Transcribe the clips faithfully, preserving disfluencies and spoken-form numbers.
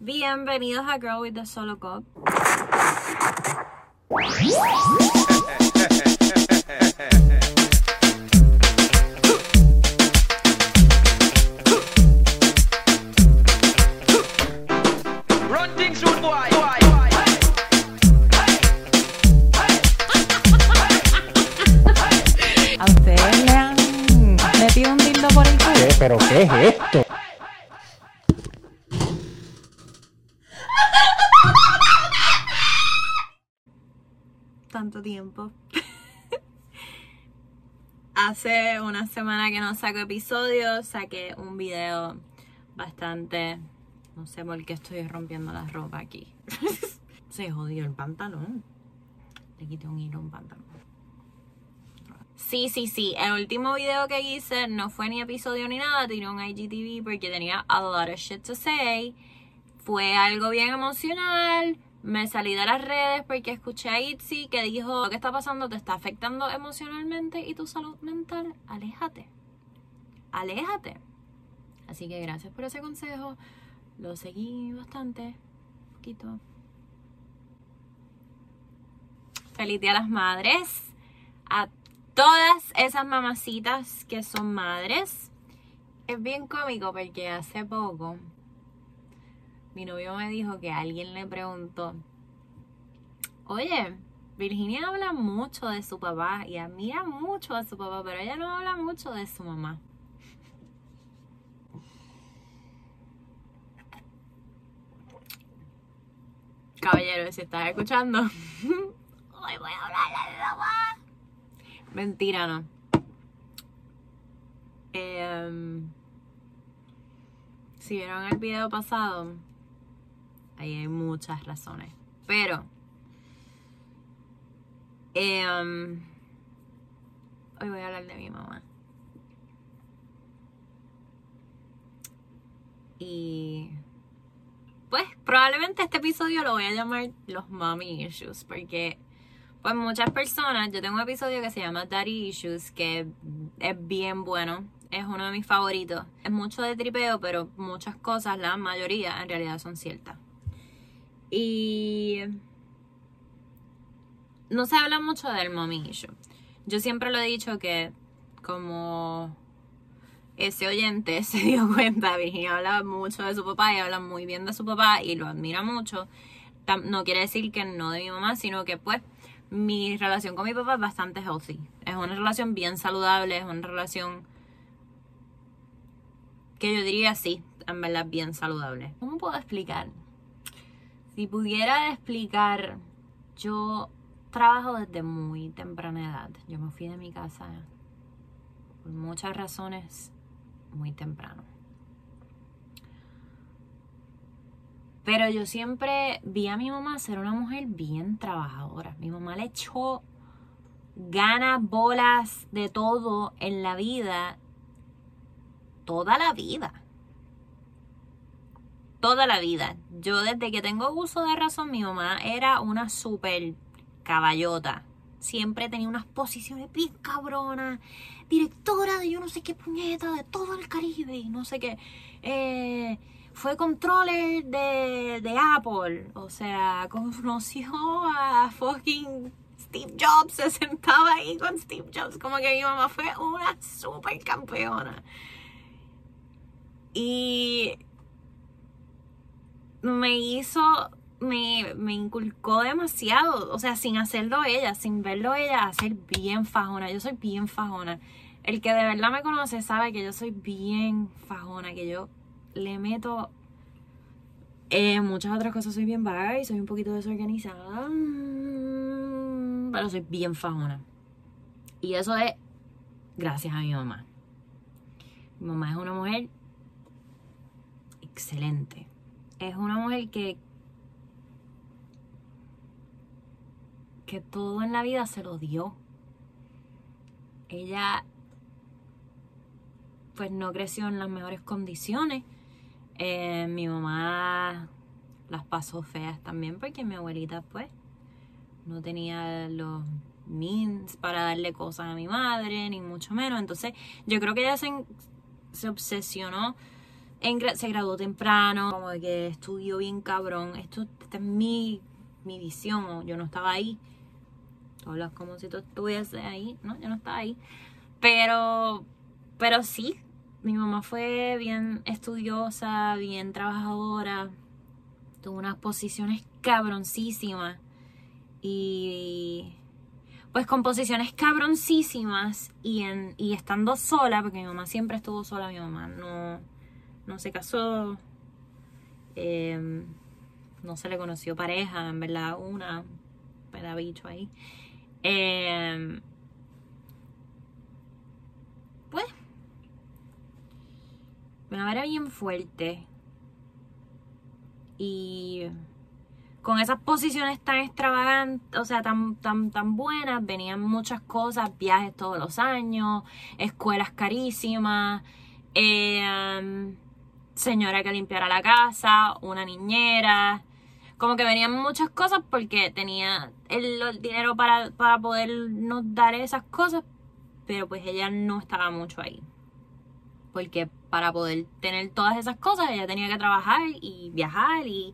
Bienvenidos a Girl with the Solo Cup. Run things through, boy. ¿A ustedes le han metido un dildo por el culo? ¿Qué? ¿Pero qué es esto? Tanto tiempo. Hace una semana que no saco episodios, saqué un video bastante... No sé por qué estoy rompiendo la ropa aquí. Se jodió el pantalón. Le quité un hilo a un pantalón. Sí, sí, sí. El último video que hice no fue ni episodio ni nada. Tiré un I G T V porque tenía a lot of shit to say. Fue algo bien emocional. Me salí de las redes porque escuché a Itzy que dijo: lo que está pasando te está afectando emocionalmente y tu salud mental. Aléjate. Aléjate. Así que gracias por ese consejo. Lo seguí bastante. Un poquito. Feliz Día a las Madres. A todas esas mamacitas que son madres. Es bien cómico porque hace poco mi novio me dijo que alguien le preguntó: oye, Virginia habla mucho de su papá y admira mucho a su papá, pero ella no habla mucho de su mamá. Caballero, si estás escuchando, hoy voy a hablar de mi mamá. Mentira, no. Eh, si vieron el video pasado, ahí hay muchas razones. Pero eh, hoy voy a hablar de mi mamá. Y pues probablemente este episodio lo voy a llamar los mommy issues, porque pues muchas personas, yo tengo un episodio que se llama Daddy Issues, que es bien bueno, es uno de mis favoritos. Es mucho de tripeo, pero muchas cosas, la mayoría en realidad son ciertas. Y no se habla mucho del mommy issue. Yo siempre lo he dicho que como ese oyente se dio cuenta, Virginia habla mucho de su papá y habla muy bien de su papá y lo admira mucho. No quiere decir que no de mi mamá, sino que pues mi relación con mi papá es bastante healthy. Es una relación bien saludable, es una relación que yo diría sí, en verdad bien saludable. ¿Cómo puedo explicar? Si pudiera explicar, yo trabajo desde muy temprana edad. Yo me fui de mi casa por muchas razones muy temprano. Pero yo siempre vi a mi mamá ser una mujer bien trabajadora. Mi mamá le echó ganas, bolas, de todo en la vida. Toda la vida. Toda la vida. Yo desde que tengo uso de razón, mi mamá era una súper caballota. Siempre tenía unas posiciones bien cabronas. Directora de yo no sé qué puñeta, de todo el Caribe y no sé qué. Eh... Fue controller de, de Apple. O sea, conoció a fucking Steve Jobs. Se sentaba ahí con Steve Jobs. Como que mi mamá fue una super campeona. Y me hizo, me, me inculcó demasiado. O sea, sin hacerlo ella, sin verlo ella, hacer bien fajona. Yo soy bien fajona. El que de verdad me conoce sabe que yo soy bien fajona. Que yo le meto eh, muchas otras cosas. Soy bien vaga y soy un poquito desorganizada, pero soy bien fajona. Y eso es gracias a mi mamá. Mi mamá es una mujer excelente. Es una mujer que que todo en la vida se lo dio. Ella pues no creció en las mejores condiciones. Eh, mi mamá las pasó feas también porque mi abuelita pues no tenía los means para darle cosas a mi madre, ni mucho menos. Entonces yo creo que ella se, se obsesionó en, se graduó temprano, como que estudió bien cabrón. Esto, esta es mi, mi visión, yo no estaba ahí. Tú hablas como si tú estuviese ahí, no, yo no estaba ahí. Pero, pero sí, mi mamá fue bien estudiosa, bien trabajadora, tuvo unas posiciones cabroncísimas. Y pues con posiciones cabroncísimas y, en, y estando sola, porque mi mamá siempre estuvo sola, mi mamá no, no se casó, eh, no se le conoció pareja, en verdad una, era bicho ahí. Eh, pues, mi mamá era bien fuerte y con esas posiciones tan extravagantes, o sea, tan, tan, tan buenas, venían muchas cosas, viajes todos los años, escuelas carísimas, eh, señora que limpiara la casa, una niñera, como que venían muchas cosas porque tenía el, el dinero para, para podernos dar esas cosas, pero pues ella no estaba mucho ahí. Porque para poder tener todas esas cosas, ella tenía que trabajar y viajar y...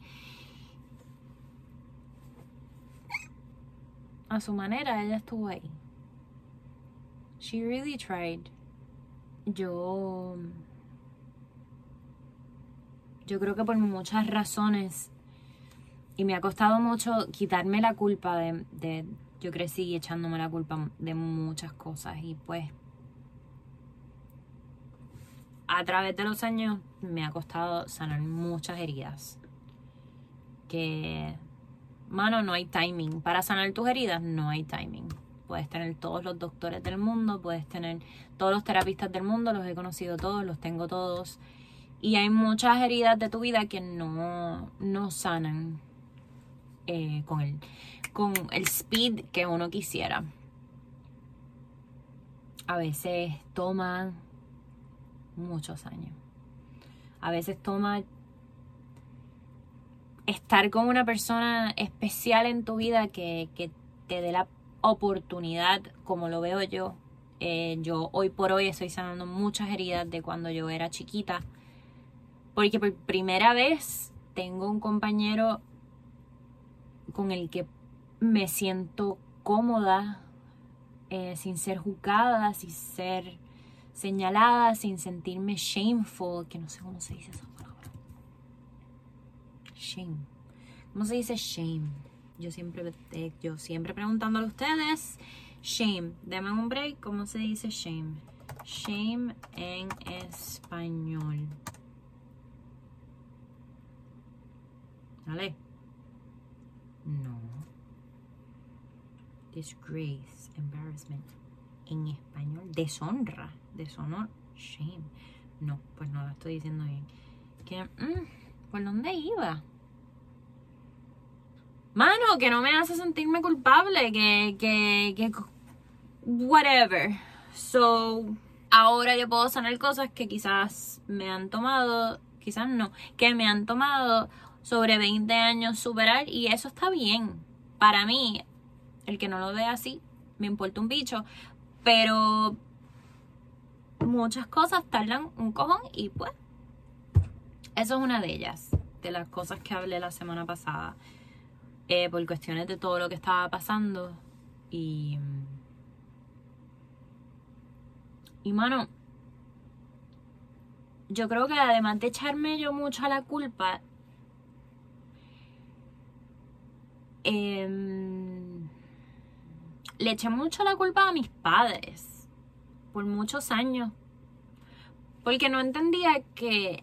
a su manera, ella estuvo ahí. She really tried. Yo... Yo creo que por muchas razones, y me ha costado mucho quitarme la culpa de... de yo crecí echándome la culpa de muchas cosas y pues... a través de los años me ha costado sanar muchas heridas. Que... mano, no hay timing. Para sanar tus heridas no hay timing. Puedes tener todos los doctores del mundo, puedes tener todos los terapistas del mundo, los he conocido todos, los tengo todos. Y hay muchas heridas de tu vida que no, no sanan eh, con, el, con el speed que uno quisiera. A veces toma muchos años. A veces toma estar con una persona especial en tu vida que, que te dé la oportunidad, como lo veo yo. Eh, yo hoy por hoy estoy sanando muchas heridas de cuando yo era chiquita. Porque por primera vez tengo un compañero con el que me siento cómoda, eh, sin ser juzgada, sin ser señalada, sin sentirme shameful, que no sé cómo se dice esa palabra. Shame. ¿Cómo se dice shame? Yo siempre, eh, yo siempre preguntándole a ustedes. Shame. Deme un break. ¿Cómo se dice shame? Shame en español. ¿Vale? No. Disgrace. Embarrassment. En español. Deshonra. Deshonor. Shame. No, pues no lo estoy diciendo bien. Que, mm, ¿por dónde iba? Mano, que no me hace sentirme culpable, que, que, que, whatever. So, ahora yo puedo sanar cosas que quizás me han tomado, quizás no, que me han tomado sobre veinte años superar, y eso está bien. Para mí, el que no lo vea así, me importa un bicho, pero muchas cosas tardan un cojón y pues, eso es una de ellas, de las cosas que hablé la semana pasada. Eh, por cuestiones de todo lo que estaba pasando. Y... Y, mano... yo creo que además de echarme yo mucho a la culpa... Eh, le eché mucho la culpa a mis padres. Por muchos años. Porque no entendía que...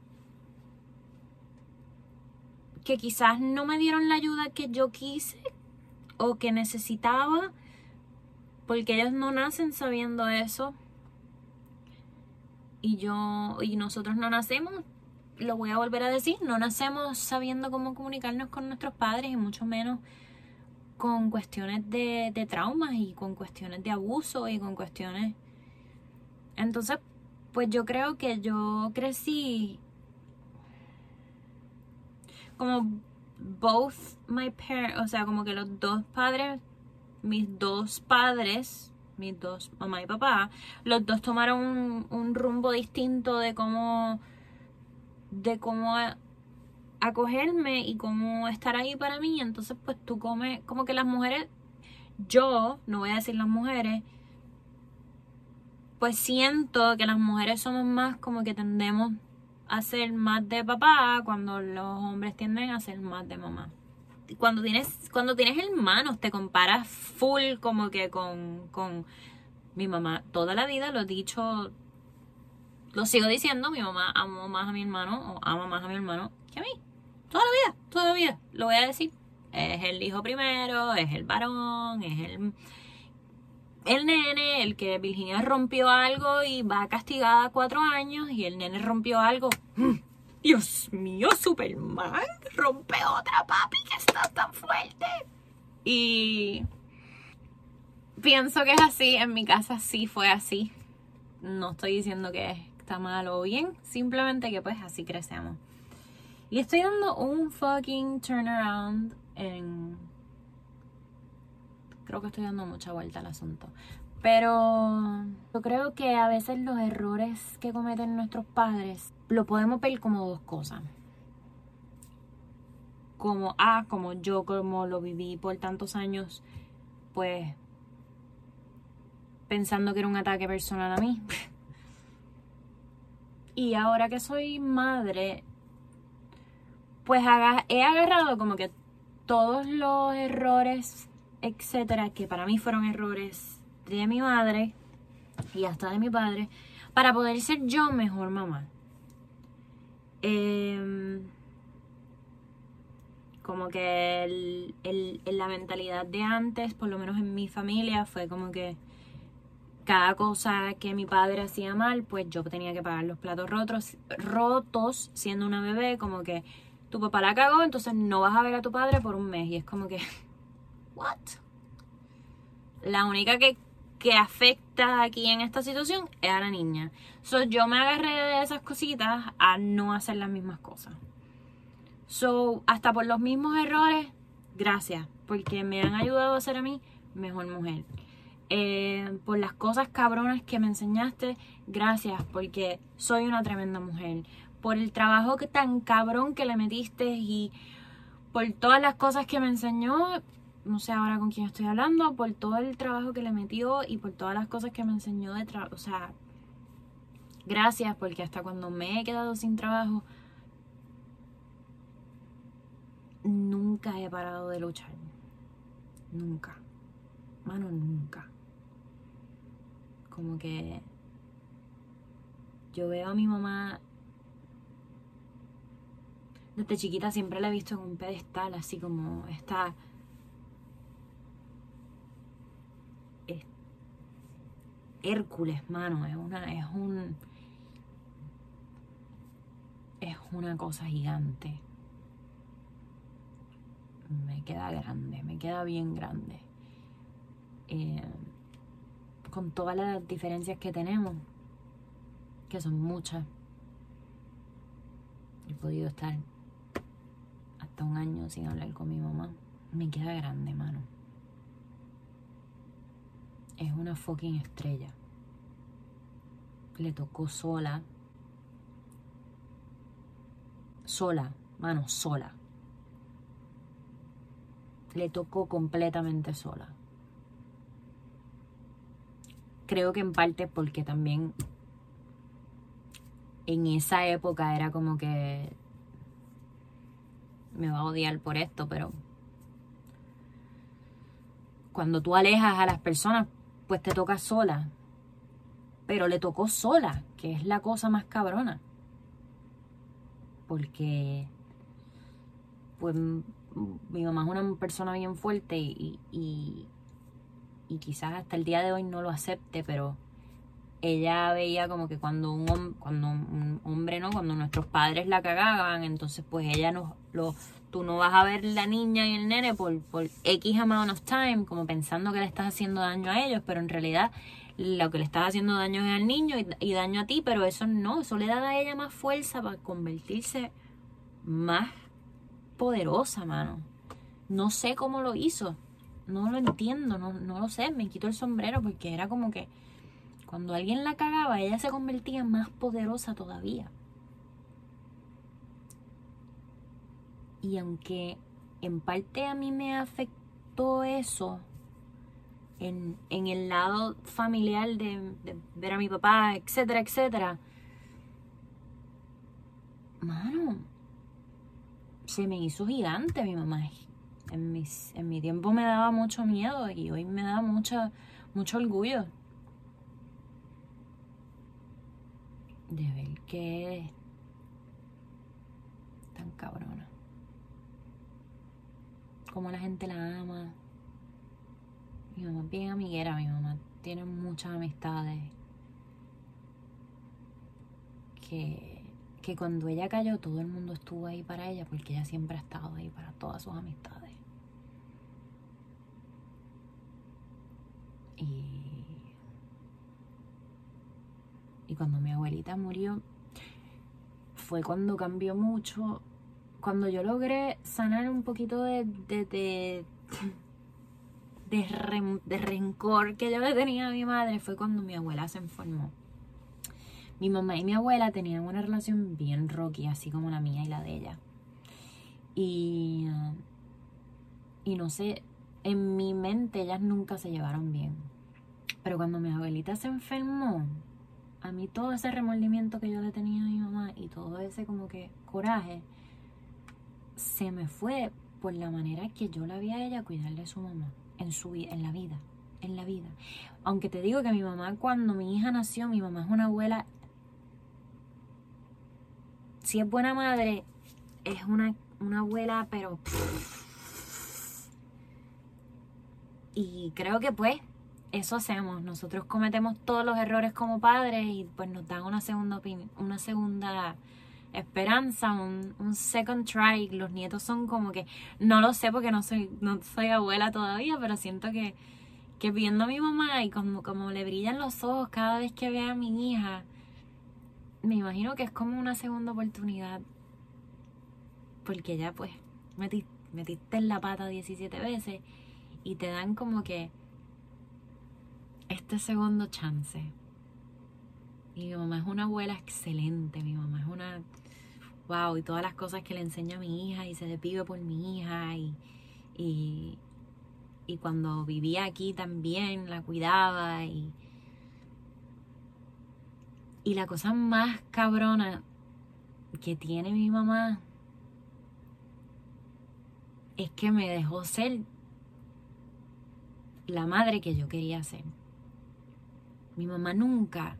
que quizás no me dieron la ayuda que yo quise o que necesitaba, porque ellos no nacen sabiendo eso y yo y nosotros no nacemos, lo voy a volver a decir, no nacemos sabiendo cómo comunicarnos con nuestros padres y mucho menos con cuestiones de, de traumas y con cuestiones de abuso y con cuestiones. Entonces, pues yo creo que yo crecí como both my parents, o sea, como que los dos padres, mis dos padres, mis dos, mamá y papá, los dos tomaron un, un rumbo distinto de cómo de cómo acogerme y cómo estar ahí para mí. Entonces pues tú comes, como que las mujeres, yo, no voy a decir las mujeres, pues siento que las mujeres somos más como que tendemos a ser más de papá cuando los hombres tienden a ser más de mamá. Cuando tienes, cuando tienes hermanos te comparas full como que con, con mi mamá. Toda la vida lo he dicho, lo sigo diciendo, mi mamá amó más a mi hermano o ama más a mi hermano que a mí. Toda la vida, toda la vida, lo voy a decir. Es el hijo primero, es el varón, es el, el nene, el que Virginia rompió algo y va castigada cuatro años y el nene rompió algo. Dios mío, Superman, rompe otra, papi, que estás tan fuerte. Y pienso que es así, en mi casa sí fue así. No estoy diciendo que está mal o bien, simplemente que pues así crecemos. Y estoy dando un fucking turnaround en... Creo que estoy dando mucha vuelta al asunto. Pero yo creo que a veces los errores que cometen nuestros padres lo podemos ver como dos cosas. Como, ah, como yo, como lo viví por tantos años, pues pensando que era un ataque personal a mí. Y ahora que soy madre, pues he agarrado como que todos los errores, etcétera, que para mí fueron errores de mi madre y hasta de mi padre, para poder ser yo mejor mamá. Eh, como que el, el, el, la mentalidad de antes, por lo menos en mi familia, fue como que cada cosa que mi padre hacía mal, pues yo tenía que pagar los platos rotos, rotos siendo una bebé, como que tu papá la cagó, entonces no vas a ver a tu padre por un mes. Y es como que, ¿what? La única que, que afecta aquí en esta situación es a la niña. So, yo me agarré de esas cositas a no hacer las mismas cosas. So, hasta por los mismos errores, gracias, porque me han ayudado a ser a mí mejor mujer. Eh, por las cosas cabronas que me enseñaste, gracias, porque soy una tremenda mujer. Por el trabajo que tan cabrón que le metiste y por todas las cosas que me enseñó, no sé ahora con quién estoy hablando, por todo el trabajo que le metió y por todas las cosas que me enseñó de trabajo. O sea, gracias, porque hasta cuando me he quedado sin trabajo, nunca he parado de luchar. Nunca. Mano, nunca. Como que yo veo a mi mamá. Desde chiquita siempre la he visto en un pedestal, así como esta... Es Hércules, mano, es una... Es un... Es una cosa gigante. Me queda grande, me queda bien grande. Eh, con todas las diferencias que tenemos, que son muchas. He podido estar hasta un año sin hablar con mi mamá. Me queda grande, mano. Es una fucking estrella. Le tocó sola. Sola, mano, sola. Le tocó completamente sola. Creo que en parte porque también en esa época era como que me va a odiar por esto, pero cuando tú alejas a las personas, pues te toca sola. Pero le tocó sola, que es la cosa más cabrona. Porque pues mi mamá es una persona bien fuerte y, y, y quizás hasta el día de hoy no lo acepte, pero ella veía como que cuando un, cuando un hombre, ¿no? Cuando nuestros padres la cagaban, entonces pues ella nos lo, tú no vas a ver la niña y el nene por, por X amount of time, como pensando que le estás haciendo daño a ellos, pero en realidad lo que le estás haciendo daño es al niño y, y daño a ti, pero eso no, eso le da a ella más fuerza para convertirse más poderosa, mano. No sé cómo lo hizo, no lo entiendo, no, no lo sé, me quito el sombrero porque era como que cuando alguien la cagaba, ella se convertía más poderosa todavía. Y aunque en parte a mí me afectó eso, en, en el lado familiar de, de ver a mi papá, etcétera, etcétera, mano, se me hizo gigante mi mamá. En, mis, en mi tiempo me daba mucho miedo y hoy me da mucha, mucho orgullo de ver que es tan cabrona. Como la gente la ama. Mi mamá es bien amiguera, mi mamá tiene muchas amistades. Que, que cuando ella cayó todo el mundo estuvo ahí para ella porque ella siempre ha estado ahí para todas sus amistades. Y, y cuando mi abuelita murió, fue cuando cambió mucho. Cuando yo logré sanar un poquito de, de, de, de, re, de rencor que yo le tenía a mi madre, fue cuando mi abuela se enfermó. Mi mamá y mi abuela tenían una relación bien rocky, así como la mía y la de ella. Y, y no sé, en mi mente ellas nunca se llevaron bien. Pero cuando mi abuelita se enfermó, a mí todo ese remordimiento que yo le tenía a mi mamá y todo ese como que coraje, se me fue por la manera que yo la vi a ella cuidar de su mamá en, su, en la vida, en la vida. Aunque te digo que mi mamá, cuando mi hija nació, mi mamá es una abuela, si es buena madre, es una, una abuela, pero... Pff. Y creo que pues, eso hacemos. Nosotros cometemos todos los errores como padres y pues nos dan una segunda opinión, una segunda esperanza, un, un second try. Los nietos son como que, no lo sé porque no soy, no soy abuela todavía, pero siento que, que viendo a mi mamá y como, como le brillan los ojos cada vez que ve a mi hija, me imagino que es como una segunda oportunidad. Porque ya pues metiste, metiste en la pata diecisiete veces y te dan como que este segundo chance. Y mi mamá es una abuela excelente, mi mamá es una... Wow, y todas las cosas que le enseña a mi hija y se desvive por mi hija y, y, y cuando vivía aquí también la cuidaba y... Y la cosa más cabrona que tiene mi mamá es que me dejó ser la madre que yo quería ser. Mi mamá nunca...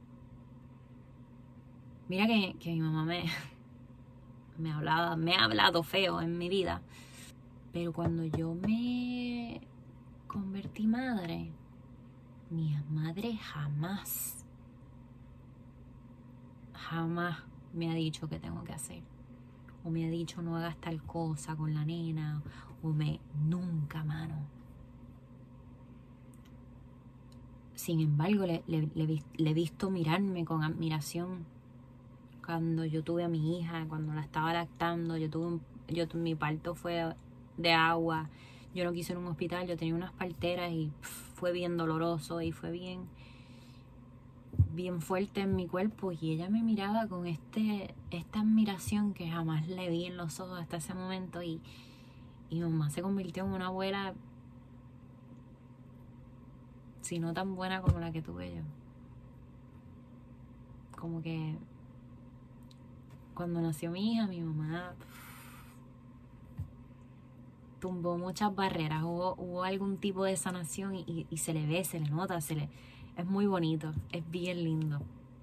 Mira que, que mi mamá me, me hablaba, me ha hablado feo en mi vida. Pero cuando yo me convertí madre, mi madre jamás, jamás me ha dicho qué tengo que hacer. O me ha dicho no hagas tal cosa con la nena. O me... Nunca, mano. Sin embargo, le, le, le, le he visto mirarme con admiración. Cuando yo tuve a mi hija, cuando la estaba lactando, yo tuve un, yo, mi parto fue de agua. Yo no quise ir a un hospital, yo tenía unas parteras y pff, fue bien doloroso y fue bien... bien fuerte en mi cuerpo y ella me miraba con este esta admiración que jamás le vi en los ojos hasta ese momento y, y mi mamá se convirtió en una abuela si no tan buena como la que tuve yo. Como que cuando nació mi hija, mi mamá tumbó muchas barreras, hubo, hubo algún tipo de sanación y, y, y se le ve, se le nota, se le... Es muy bonito, es bien lindo.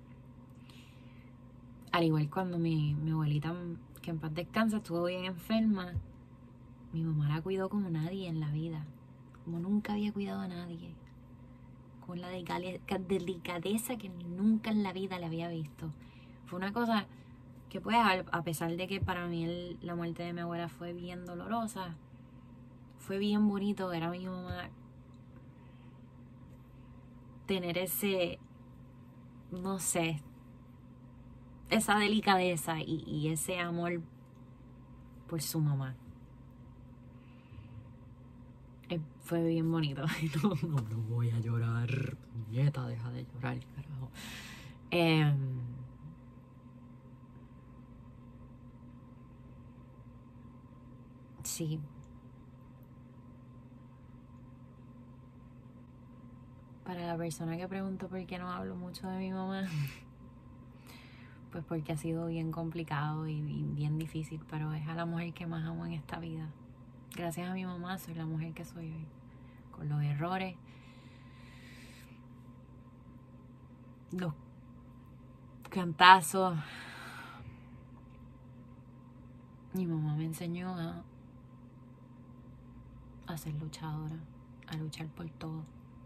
Al igual cuando mi, mi abuelita, que en paz descansa, estuvo bien enferma, mi mamá la cuidó como nadie en la vida. Como nunca había cuidado a nadie. Con la delicadeza que nunca en la vida le había visto. Fue una cosa que pues, a pesar de que para mí el, la muerte de mi abuela fue bien dolorosa, fue bien bonito ver a mi mamá tener ese, no sé, esa delicadeza y, y ese amor por su mamá. Eh, fue bien bonito. No, no, no voy a llorar. Nieta, deja de llorar, carajo. Eh, Sí. Para la persona que preguntó por qué no hablo mucho de mi mamá, pues porque ha sido bien complicado y, y bien difícil, pero es a la mujer que más amo en esta vida. Gracias a mi mamá soy la mujer que soy hoy, con los errores, los cantazos. Mi mamá me enseñó a, a ser luchadora, a luchar por todo.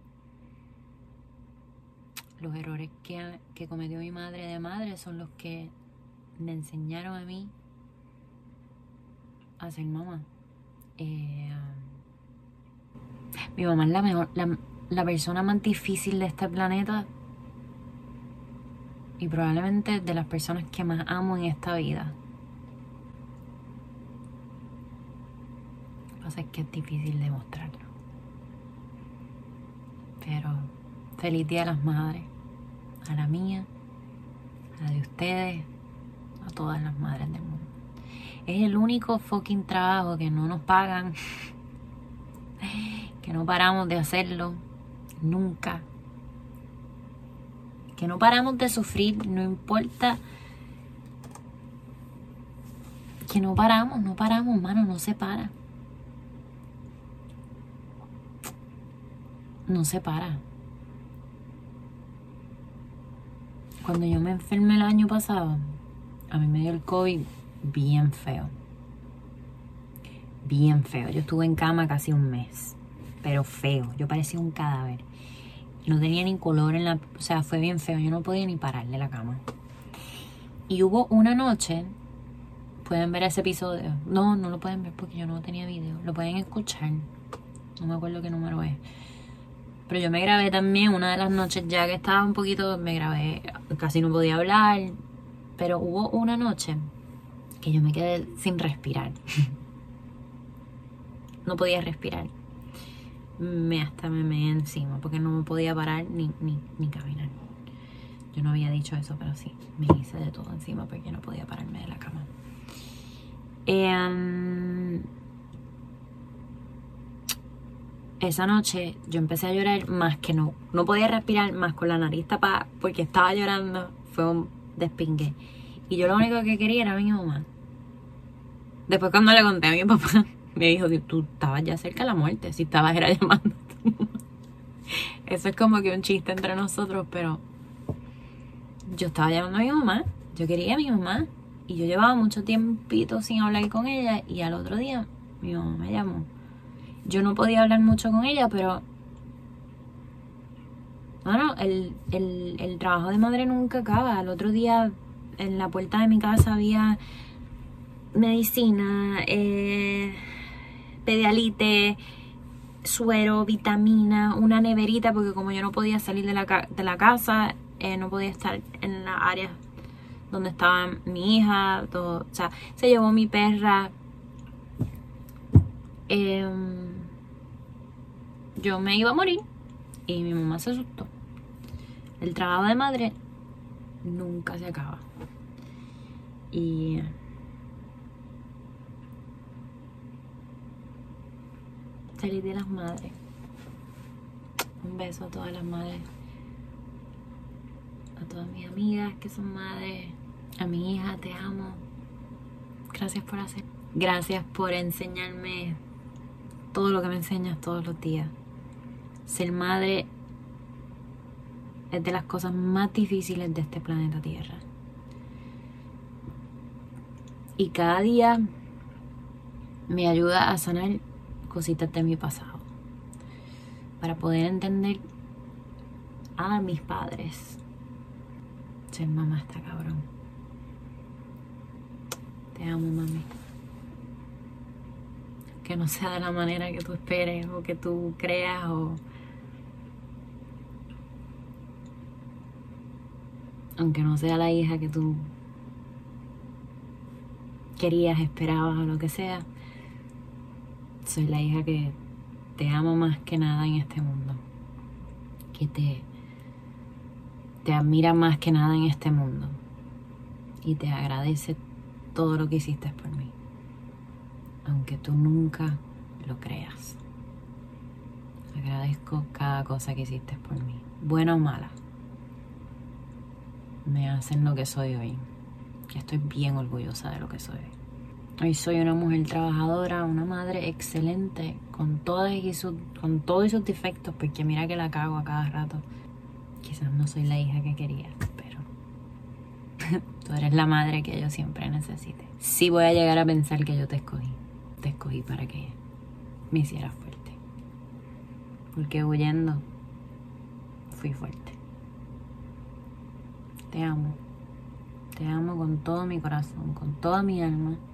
Los errores que, que cometió mi madre de madre son los que me enseñaron a mí a ser mamá. Eh, mi mamá es la mejor, la, la persona más difícil de este planeta y probablemente de las personas que más amo en esta vida. Lo que pasa es que es difícil demostrarlo. Pero feliz Día de las Madres. A la mía, a la de ustedes, a todas las madres del mundo. Es el único fucking trabajo que no nos pagan, que no paramos de hacerlo nunca, que no paramos de sufrir, no importa, que no paramos, no paramos, mano, no se para. No se para. Cuando yo me enfermé el año pasado, a mí me dio el COVID bien feo. Bien feo. Yo estuve en cama casi un mes. Pero feo. Yo parecía un cadáver. No tenía ni color en la... O sea, fue bien feo. Yo no podía ni parar de la cama. Y hubo una noche... Pueden ver ese episodio. No, no lo pueden ver porque yo no tenía video. Lo pueden escuchar. No me acuerdo qué número es. Pero yo me grabé también una de las noches ya que estaba un poquito, me grabé, casi no podía hablar. Pero hubo una noche que yo me quedé sin respirar. No podía respirar. Me hasta me meé encima porque no podía parar ni, ni, ni caminar. Yo no había dicho eso, pero sí, me hice de todo encima porque no podía pararme de la cama. Eh, Esa noche yo empecé a llorar más que no. No podía respirar más con la nariz tapada porque estaba llorando. Fue un despingue. Y yo lo único que quería era a mi mamá. Después cuando le conté a mi papá, me dijo, tú estabas ya cerca de la muerte. Si estabas era llamando a tu mamá. Eso es como que un chiste entre nosotros, pero yo estaba llamando a mi mamá. Yo quería a mi mamá. Y yo llevaba mucho tiempito sin hablar con ella. Y al otro día mi mamá me llamó. Yo no podía hablar mucho con ella, pero... Bueno, el, el, el trabajo de madre nunca acaba. El otro día en la puerta de mi casa había medicina, eh, pedialite, suero, vitamina, una neverita, porque como yo no podía salir de la, de la casa, eh, no podía estar en la área donde estaba mi hija, todo, o sea, se llevó mi perra. Eh, yo me iba a morir y mi mamá se asustó. El trabajo de madre nunca se acaba. Y feliz Día de las Madres. Un beso a todas las madres, a todas mis amigas que son madres, a mi hija, te amo. Gracias por hacer. Gracias por enseñarme todo lo que me enseñas todos los días. Ser madre es de las cosas más difíciles de este planeta Tierra. Y cada día me ayuda a sanar cositas de mi pasado. Para poder entender a mis padres. Ser mamá está cabrón. Te amo, mami. Que no sea de la manera que tú esperes o que tú creas o... Aunque no sea la hija que tú querías, esperabas o lo que sea, soy la hija que te amo más que nada en este mundo. Que te, te admira más que nada en este mundo. Y te agradece todo lo que hiciste por mí. aunque tú nunca lo creas. Agradezco cada cosa que hiciste por mí, buena o mala. Me hacen lo que soy hoy. Y estoy bien orgullosa de lo que soy hoy. Hoy soy una mujer trabajadora, una madre excelente, con, todas y sus, con todos sus defectos, porque mira que la cago a cada rato. Quizás no soy la hija que quería, pero tú eres la madre que yo siempre necesite. Sí voy a llegar a pensar que yo te escogí. Te escogí para que me hicieras fuerte. Porque huyendo, fui fuerte. Te amo. Te amo con todo mi corazón, con toda mi alma.